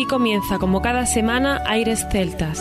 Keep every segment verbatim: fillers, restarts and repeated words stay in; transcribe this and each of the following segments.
Aquí comienza, como cada semana, Aires Celtas.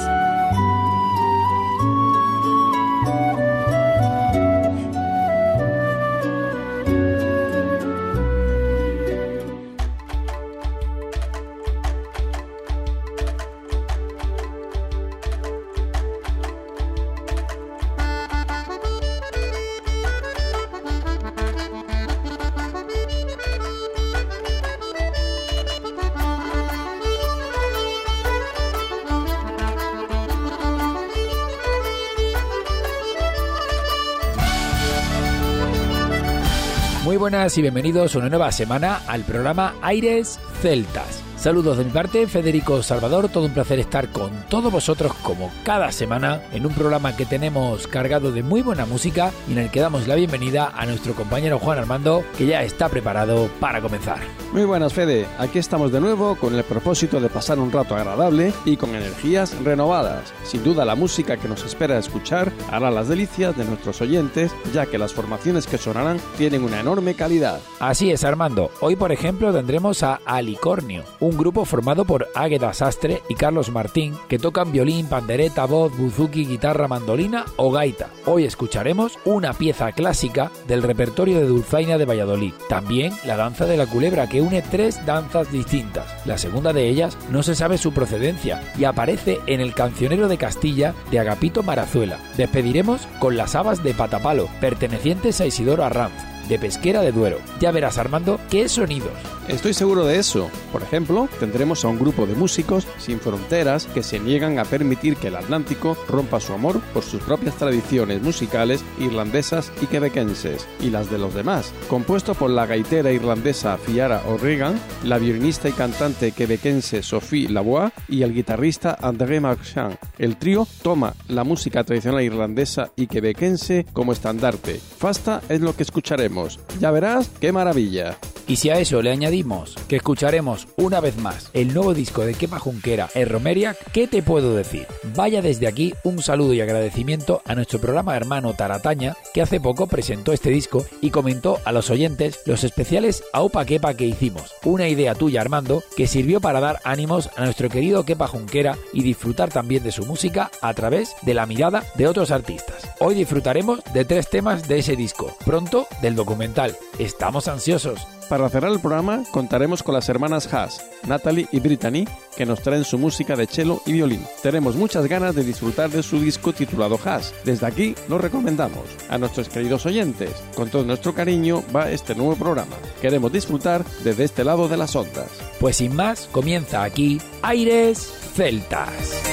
Muy buenas y bienvenidos a una nueva semana al programa Aires Celtas. Saludos de mi parte, Federico Salvador, todo un placer estar con todos vosotros como cada semana en un programa que tenemos cargado de muy buena música y en el que damos la bienvenida a nuestro compañero Juan Armando, que ya está preparado para comenzar. Muy buenas, Fede, aquí estamos de nuevo con el propósito de pasar un rato agradable y con energías renovadas. Sin duda la música que nos espera escuchar hará las delicias de nuestros oyentes, ya que las formaciones que sonarán tienen una enorme calidad. Así es, Armando, hoy por ejemplo tendremos a Alicornio, un grupo formado por Águeda Sastre y Carlos Martín, que tocan violín, pandereta, voz, buzuki, guitarra, mandolina o gaita. Hoy escucharemos una pieza clásica del repertorio de Dulzaina de Valladolid. También la danza de la culebra, que une tres danzas distintas. La segunda de ellas no se sabe su procedencia y aparece en el Cancionero de Castilla de Agapito Marazuela. Despediremos con las habas de Patapalo, pertenecientes a Isidoro Arranz, de Pesquera de Duero. Ya verás, Armando, qué sonidos. Estoy seguro de eso. Por ejemplo, tendremos a un grupo de músicos sin fronteras que se niegan a permitir que el Atlántico rompa su amor por sus propias tradiciones musicales irlandesas y quebequenses, y las de los demás. Compuesto por la gaitera irlandesa Fiara O'Regan, la violinista y cantante quebequense Sophie Lavoie y el guitarrista André Marchand. El trío toma la música tradicional irlandesa y quebequense como estandarte. Fasta es lo que escucharemos. Ya verás qué maravilla. Y si a eso le añadimos que escucharemos una vez más el nuevo disco de Kepa Junquera, El Romeriac, ¿qué te puedo decir? Vaya desde aquí un saludo y agradecimiento a nuestro programa hermano Tarataña, que hace poco presentó este disco y comentó a los oyentes los especiales Aupa Kepa que hicimos. Una idea tuya, Armando, que sirvió para dar ánimos a nuestro querido Kepa Junquera y disfrutar también de su música a través de la mirada de otros artistas. Hoy disfrutaremos de tres temas de ese disco, pronto del documental. Estamos ansiosos. Para cerrar el programa contaremos con las hermanas Haas, Natalie y Brittany, que nos traen su música de cello y violín. Tenemos muchas ganas de disfrutar de su disco titulado Haas. Desde aquí lo recomendamos a nuestros queridos oyentes. Con todo nuestro cariño va este nuevo programa. Queremos disfrutar desde este lado de las ondas. Pues sin más, comienza aquí Aires Celtas.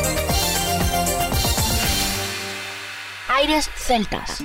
Aires Celtas.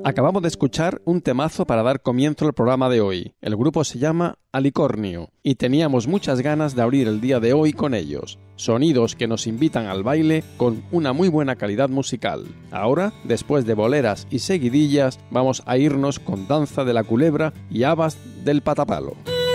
Acabamos de escuchar un temazo para dar comienzo al programa de hoy. El grupo se llama Alicornio y teníamos muchas ganas de abrir el día de hoy con ellos. Sonidos que nos invitan al baile con una muy buena calidad musical. Ahora, después de boleras y seguidillas, vamos a irnos con Danza de la Culebra y Habas del Patapalo.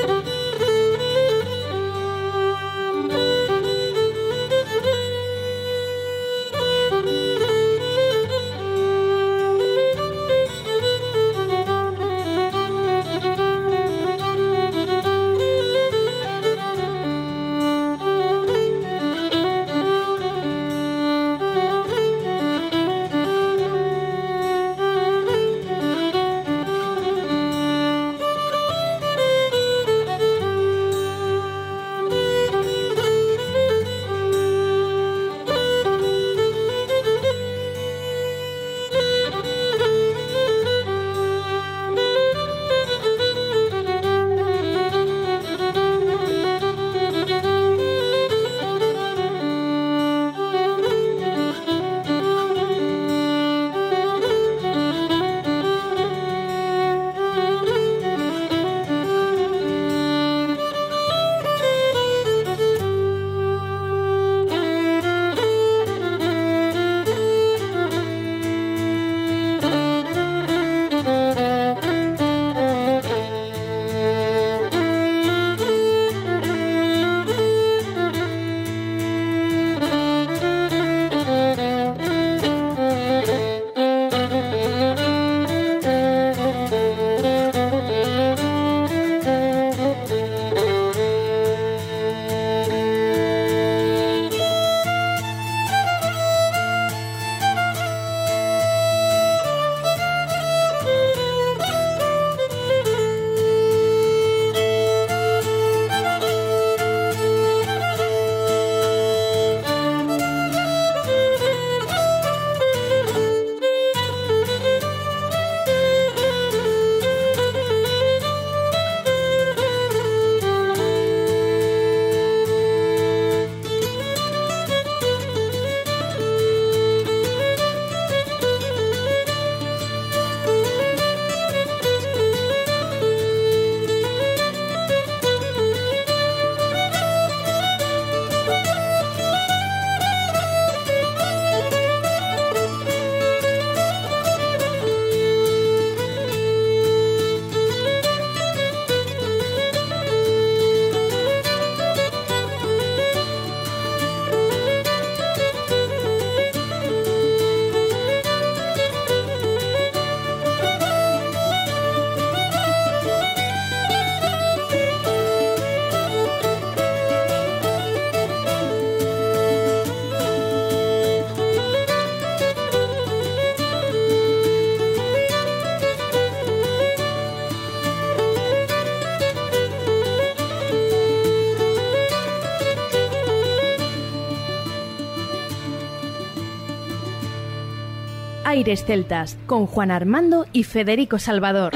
Aires Celtas, con Juan Armando y Federico Salvador.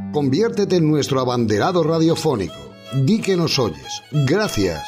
Conviértete en nuestro abanderado radiofónico. Di que nos oyes. Gracias.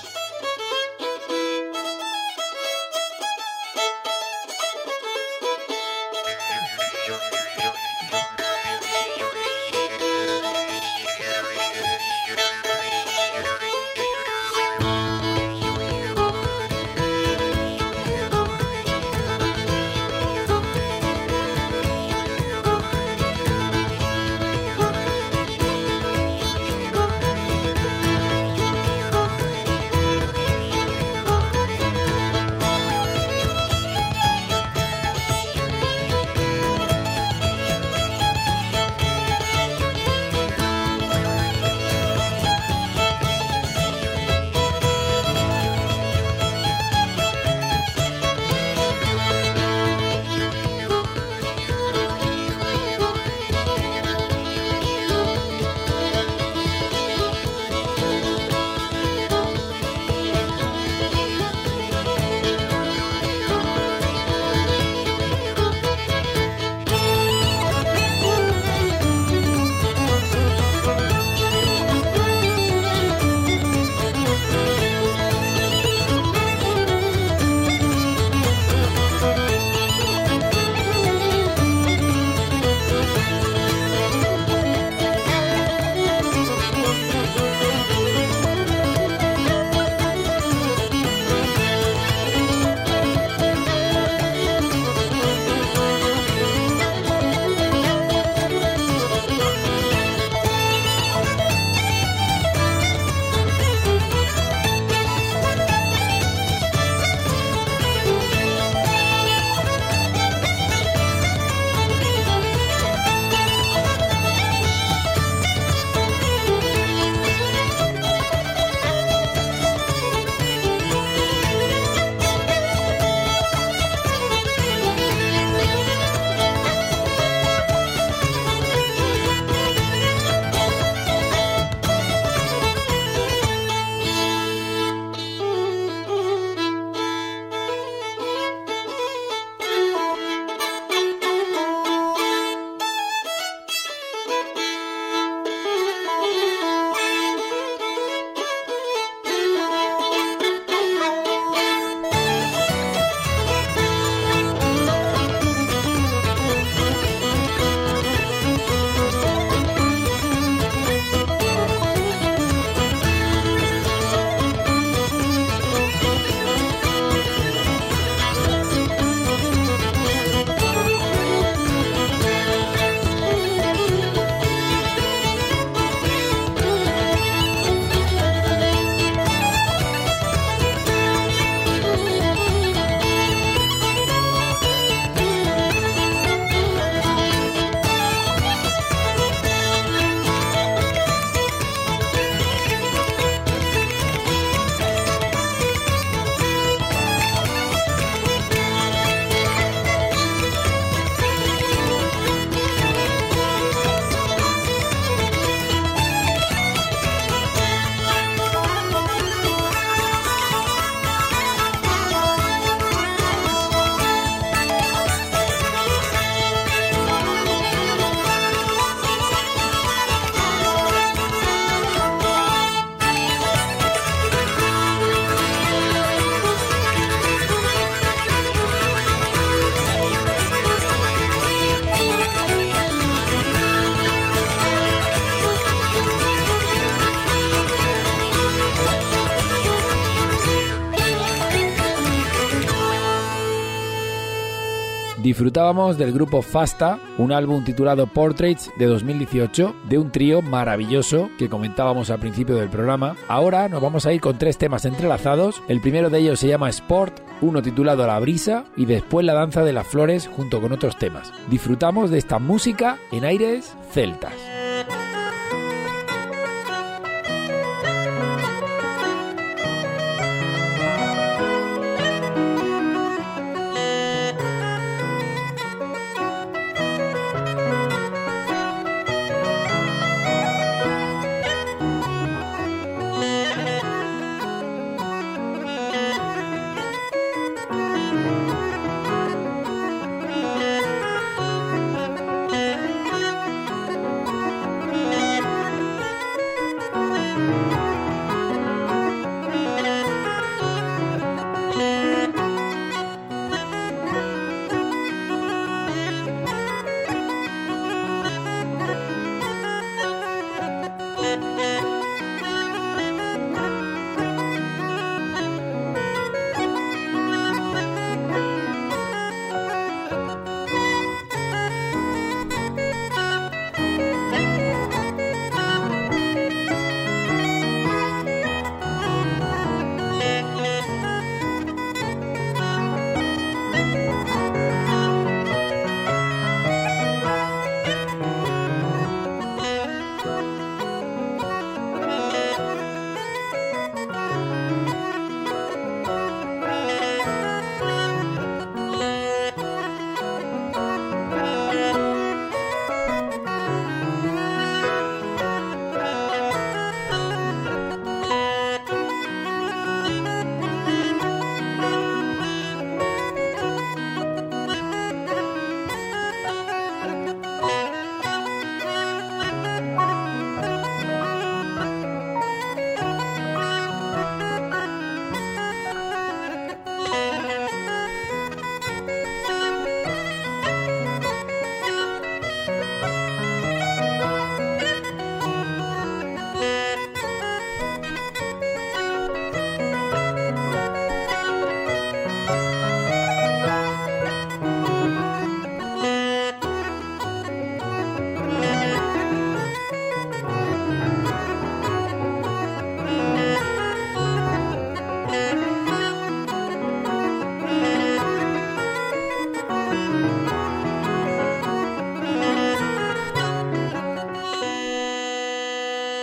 Disfrutábamos del grupo Fasta, un álbum titulado Portraits de dos mil dieciocho, de un trío maravilloso que comentábamos al principio del programa. Ahora nos vamos a ir con tres temas entrelazados. El primero de ellos se llama Sport, uno titulado La Brisa y después La Danza de las Flores junto con otros temas. Disfrutamos de esta música en aires celtas.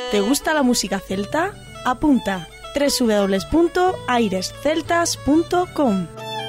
¿Te gusta la música celta? Apunta doble u doble u doble u punto aires celtas punto com.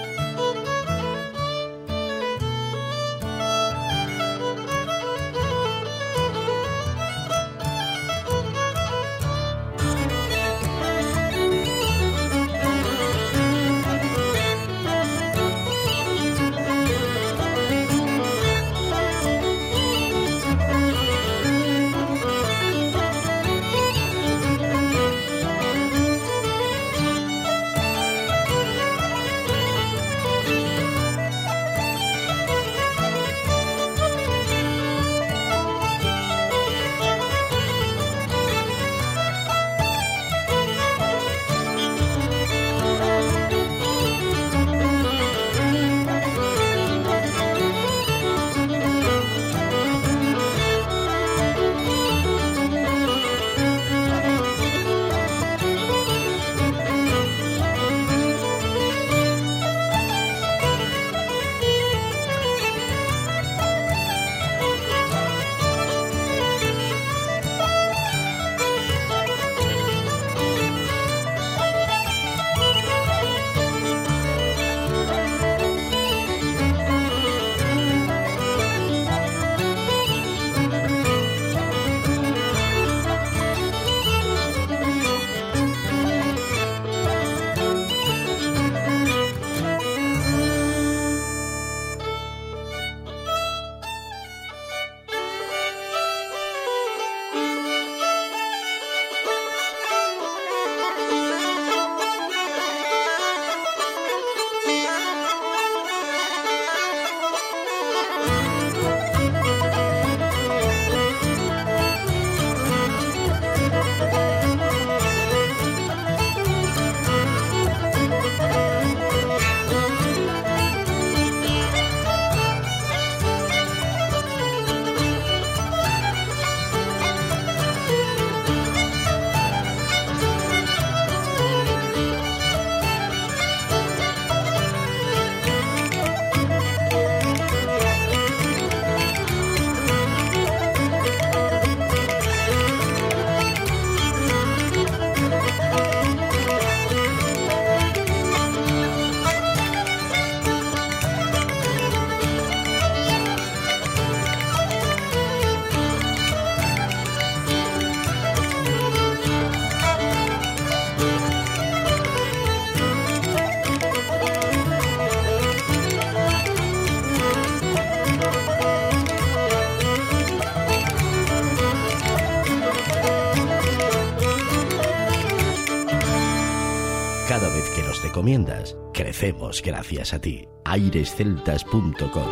Cada vez que nos recomiendas, crecemos gracias a ti. aires celtas punto com.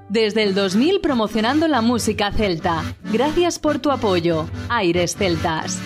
Desde el dos mil promocionando la música celta. Gracias por tu apoyo. Aires Celtas.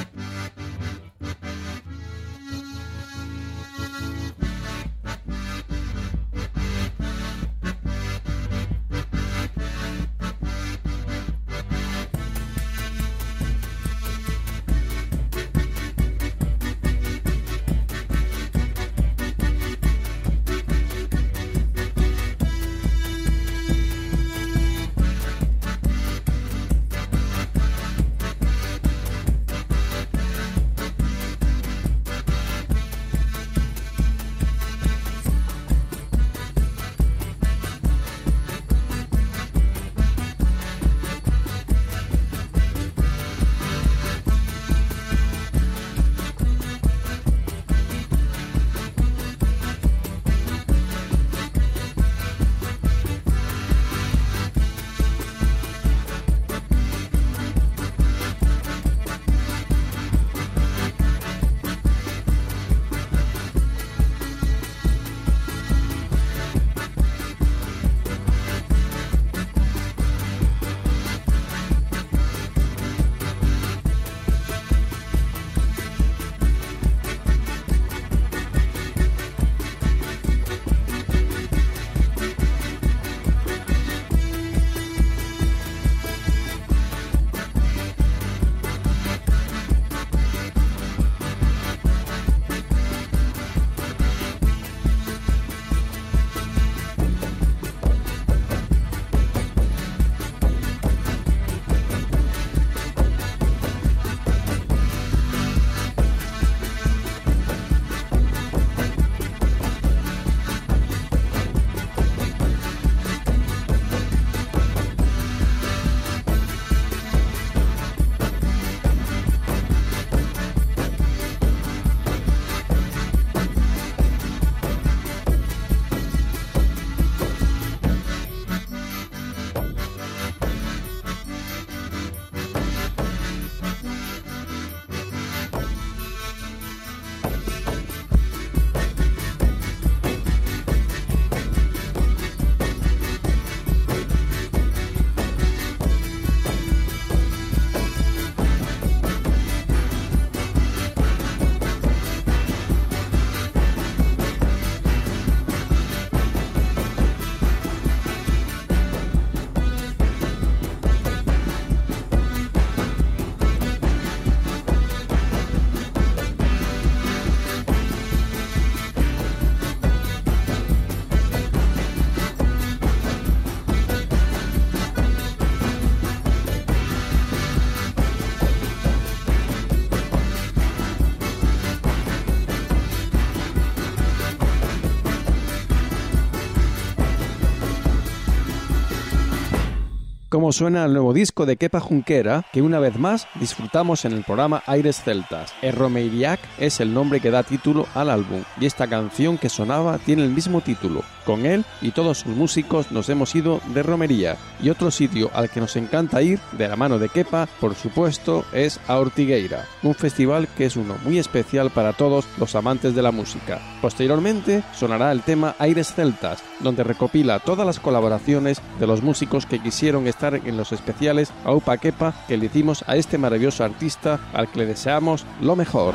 Cómo suena el nuevo disco de Kepa Junquera, que una vez más disfrutamos en el programa Aires Celtas. El Romeiriac es el nombre que da título al álbum, y esta canción que sonaba tiene el mismo título. Con él y todos sus músicos nos hemos ido de romería, y otro sitio al que nos encanta ir, de la mano de Kepa, por supuesto, es a Ortigueira, un festival que es uno muy especial para todos los amantes de la música. Posteriormente sonará el tema Aires Celtas, donde recopila todas las colaboraciones de los músicos que quisieron estar en los especiales Aupa Kepa que le hicimos a este maravilloso artista al que le deseamos lo mejor.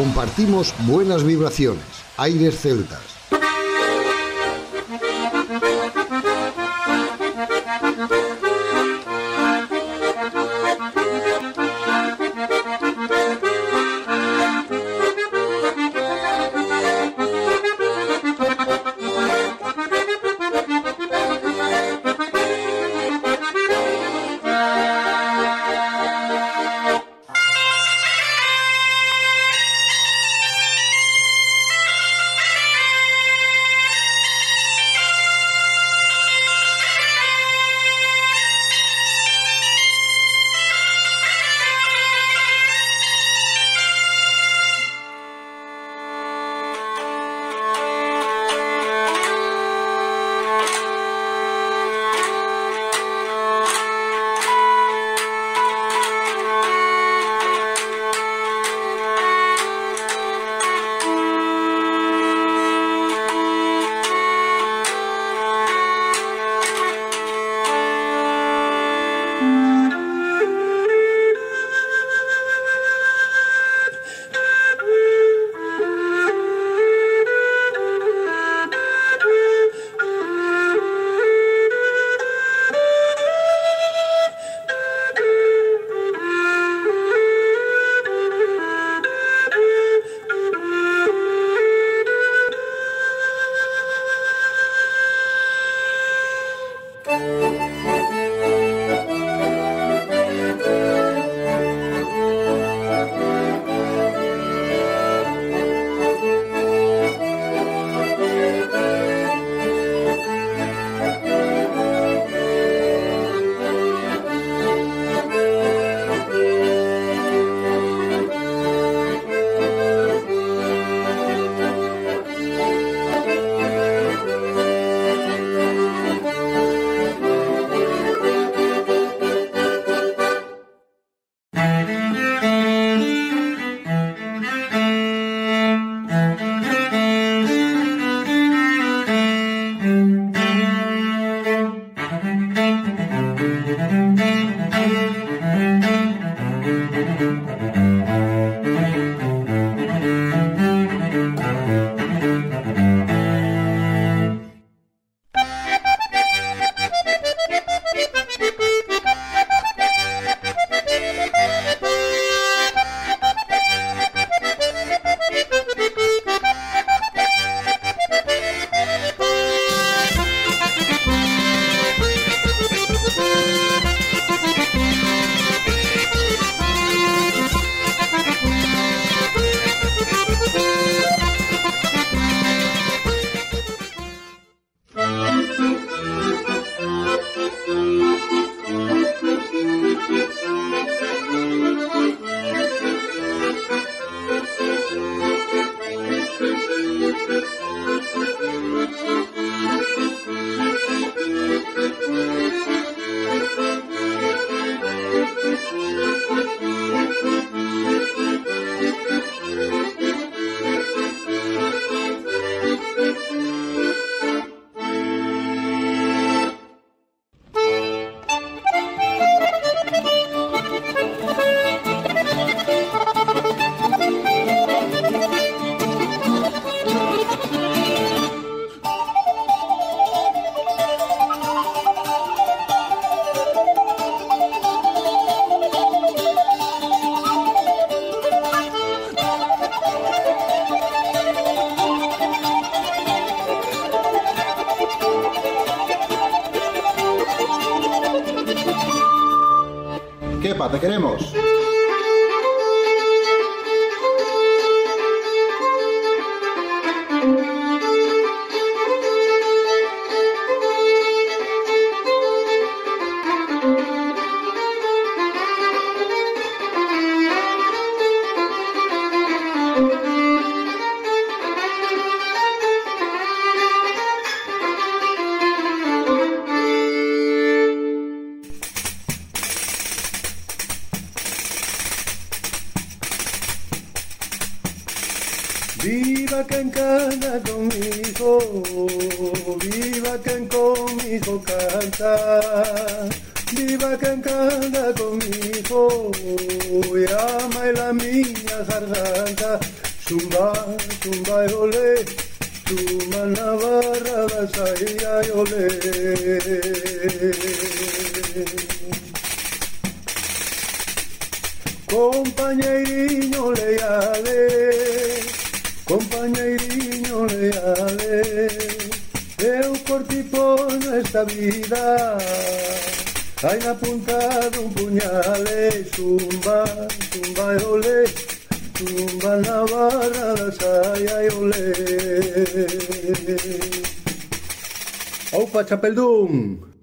Compartimos buenas vibraciones. Aires celtas. ¡Kepa, te queremos! Viva quien canta conmigo, viva quien conmigo canta, viva quien canta conmigo, llama en la miña garganta, Zumba, zumba y olé, zumba Navarra, la saía y olé. Compañeriño leale, compañeriño leale, eu por ti pono esta vida, hai na punta dun puñale, zumba, zumba e olé, zumba Navarra da saia e olé. Aupa, Chapeldún!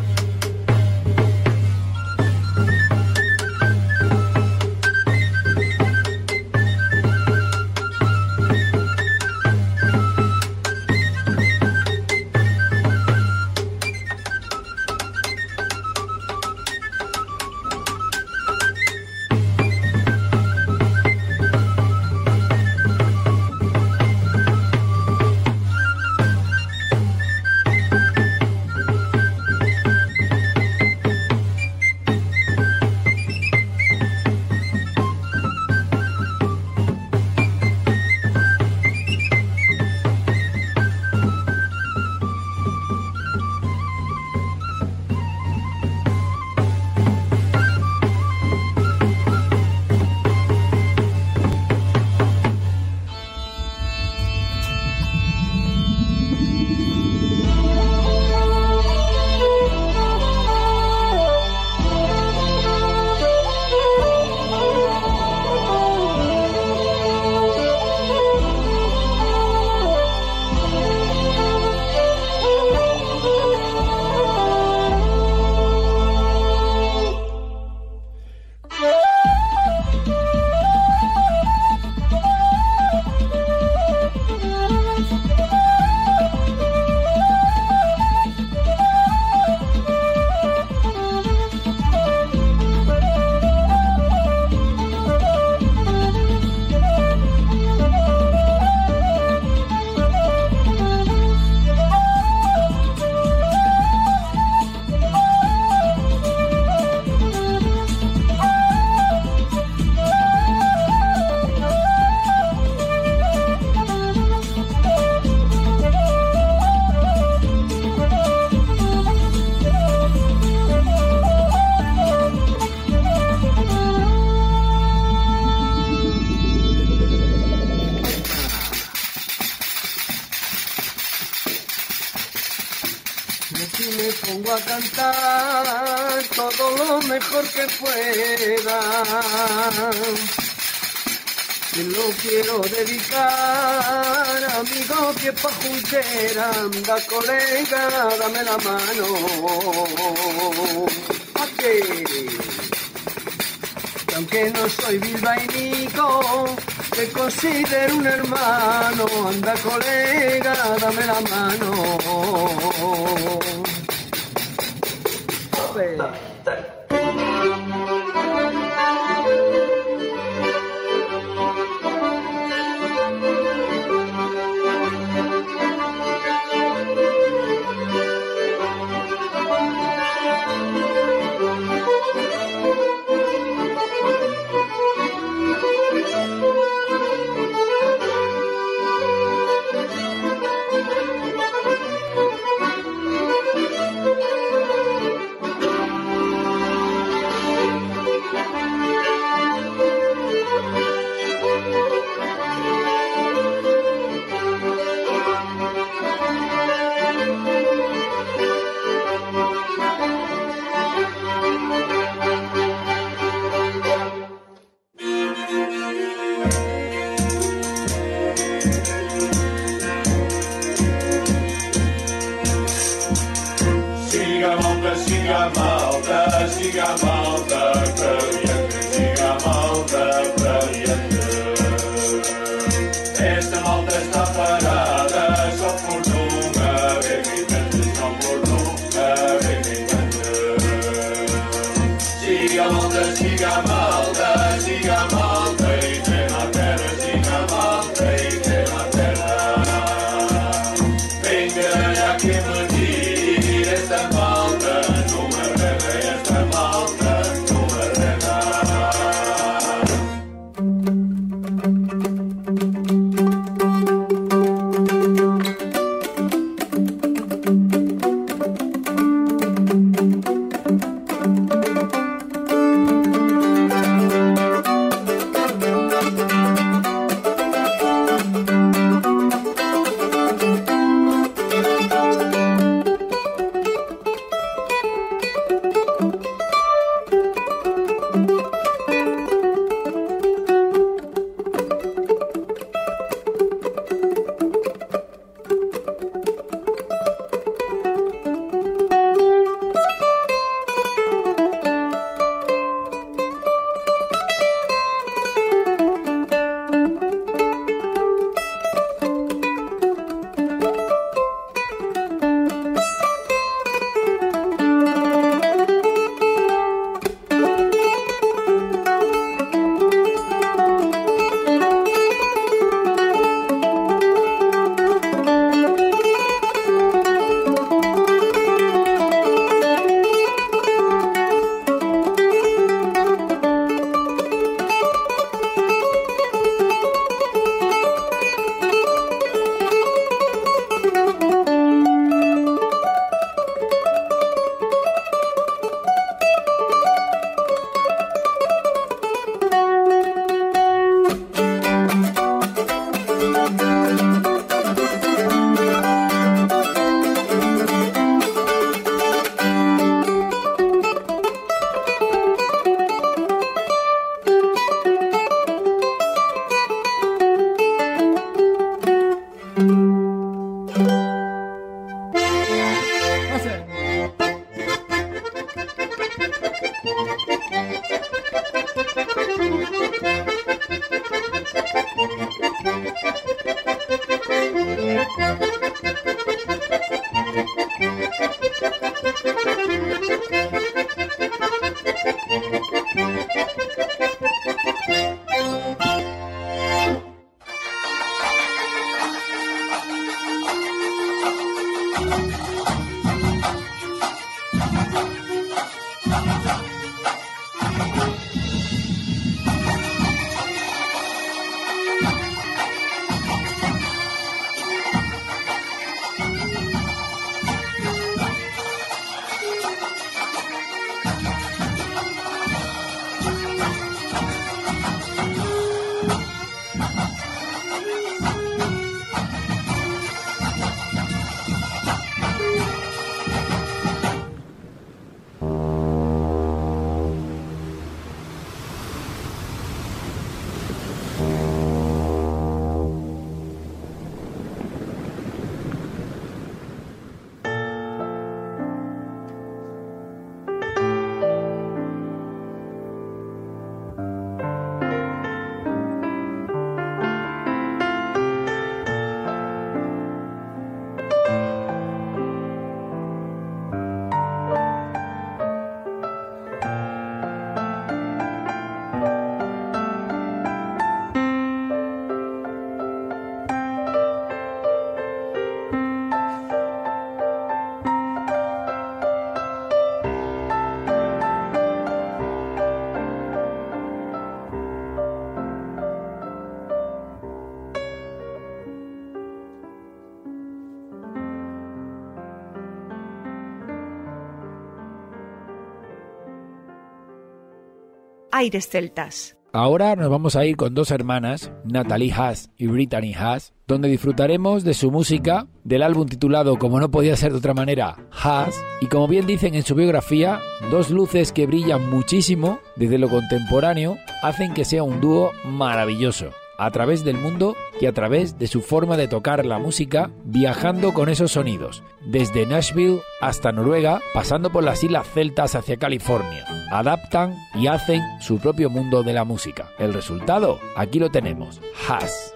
Cantar todo lo mejor que pueda. Te lo quiero dedicar, amigo que pa' juntera, anda colega, dame la mano. ¿A qué? Que aunque no soy bilbaínico, te considero un hermano, anda colega, dame la mano. Esta malta, no me rebe, esta malta, no me rebe. Aires Celtas. Ahora nos vamos a ir con dos hermanas, Natalie Haas y Brittany Haas, donde disfrutaremos de su música, del álbum titulado, como no podía ser de otra manera, Haas, y como bien dicen en su biografía, dos luces que brillan muchísimo desde lo contemporáneo hacen que sea un dúo maravilloso, a través del mundo y a través de su forma de tocar la música, viajando con esos sonidos, desde Nashville hasta Noruega, pasando por las islas celtas hacia California. Adaptan y hacen su propio mundo de la música. El resultado, aquí lo tenemos, Haas.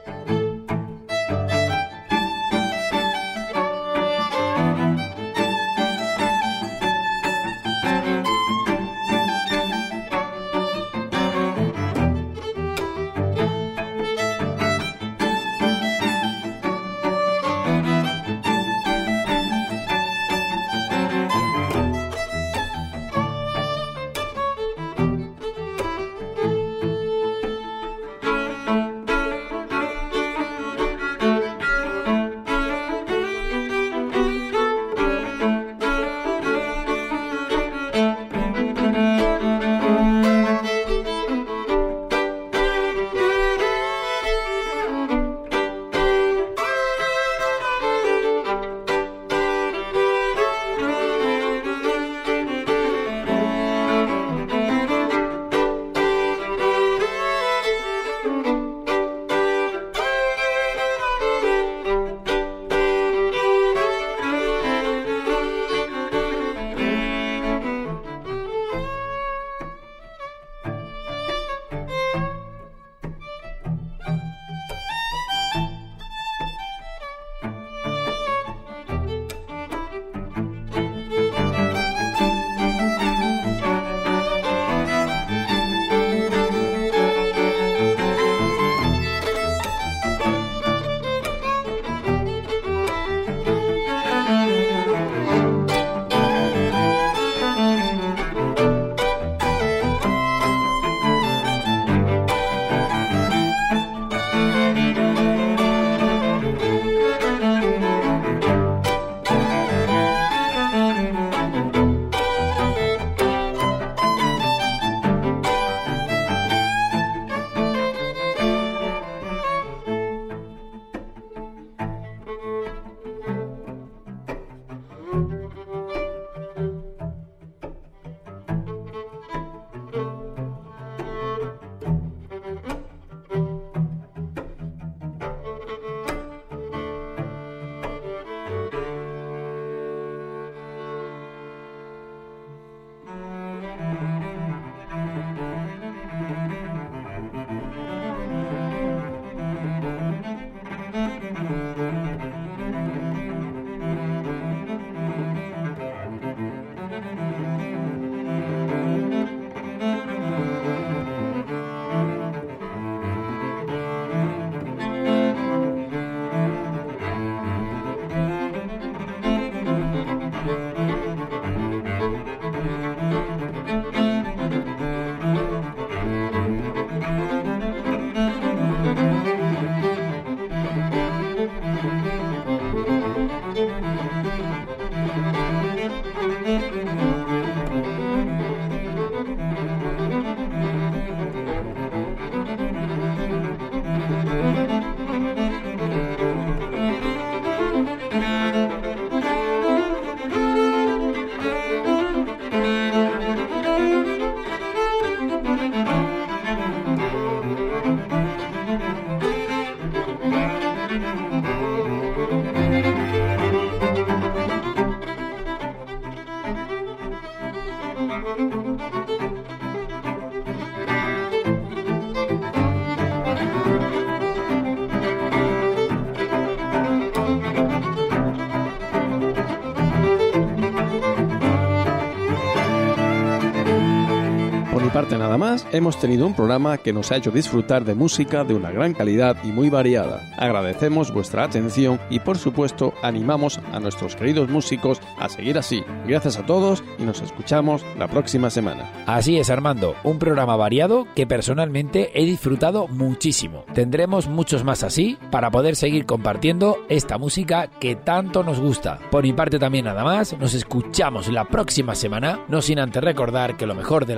parte nada más, hemos tenido un programa que nos ha hecho disfrutar de música de una gran calidad y muy variada. Agradecemos vuestra atención y, por supuesto, animamos a nuestros queridos músicos a seguir así. Gracias a todos y nos escuchamos la próxima semana. Así es, Armando, un programa variado que personalmente he disfrutado muchísimo. Tendremos muchos más así para poder seguir compartiendo esta música que tanto nos gusta. Por mi parte también nada más, nos escuchamos la próxima semana, no sin antes recordar que lo mejor de la música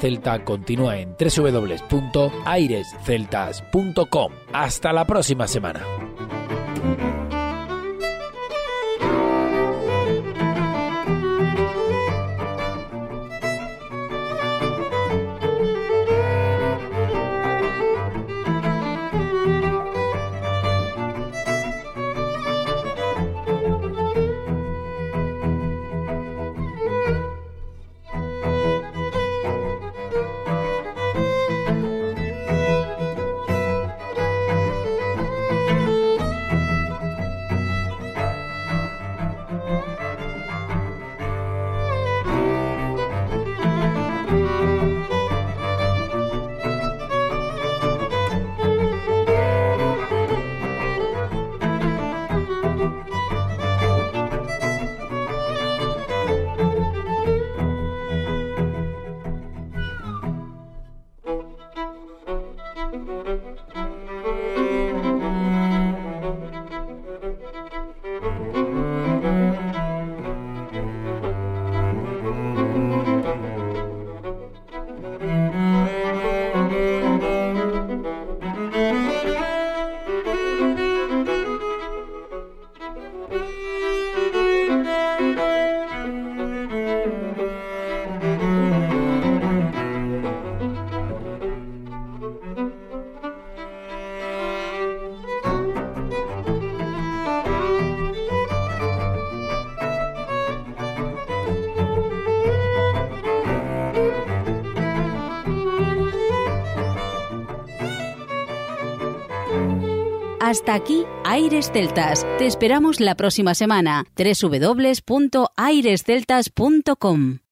Celta continúa en doble u doble u doble u punto aires celtas punto com. Hasta la próxima semana. Hasta aquí Aires Celtas. Te esperamos la próxima semana. doble u doble u doble u punto aires celtas punto com.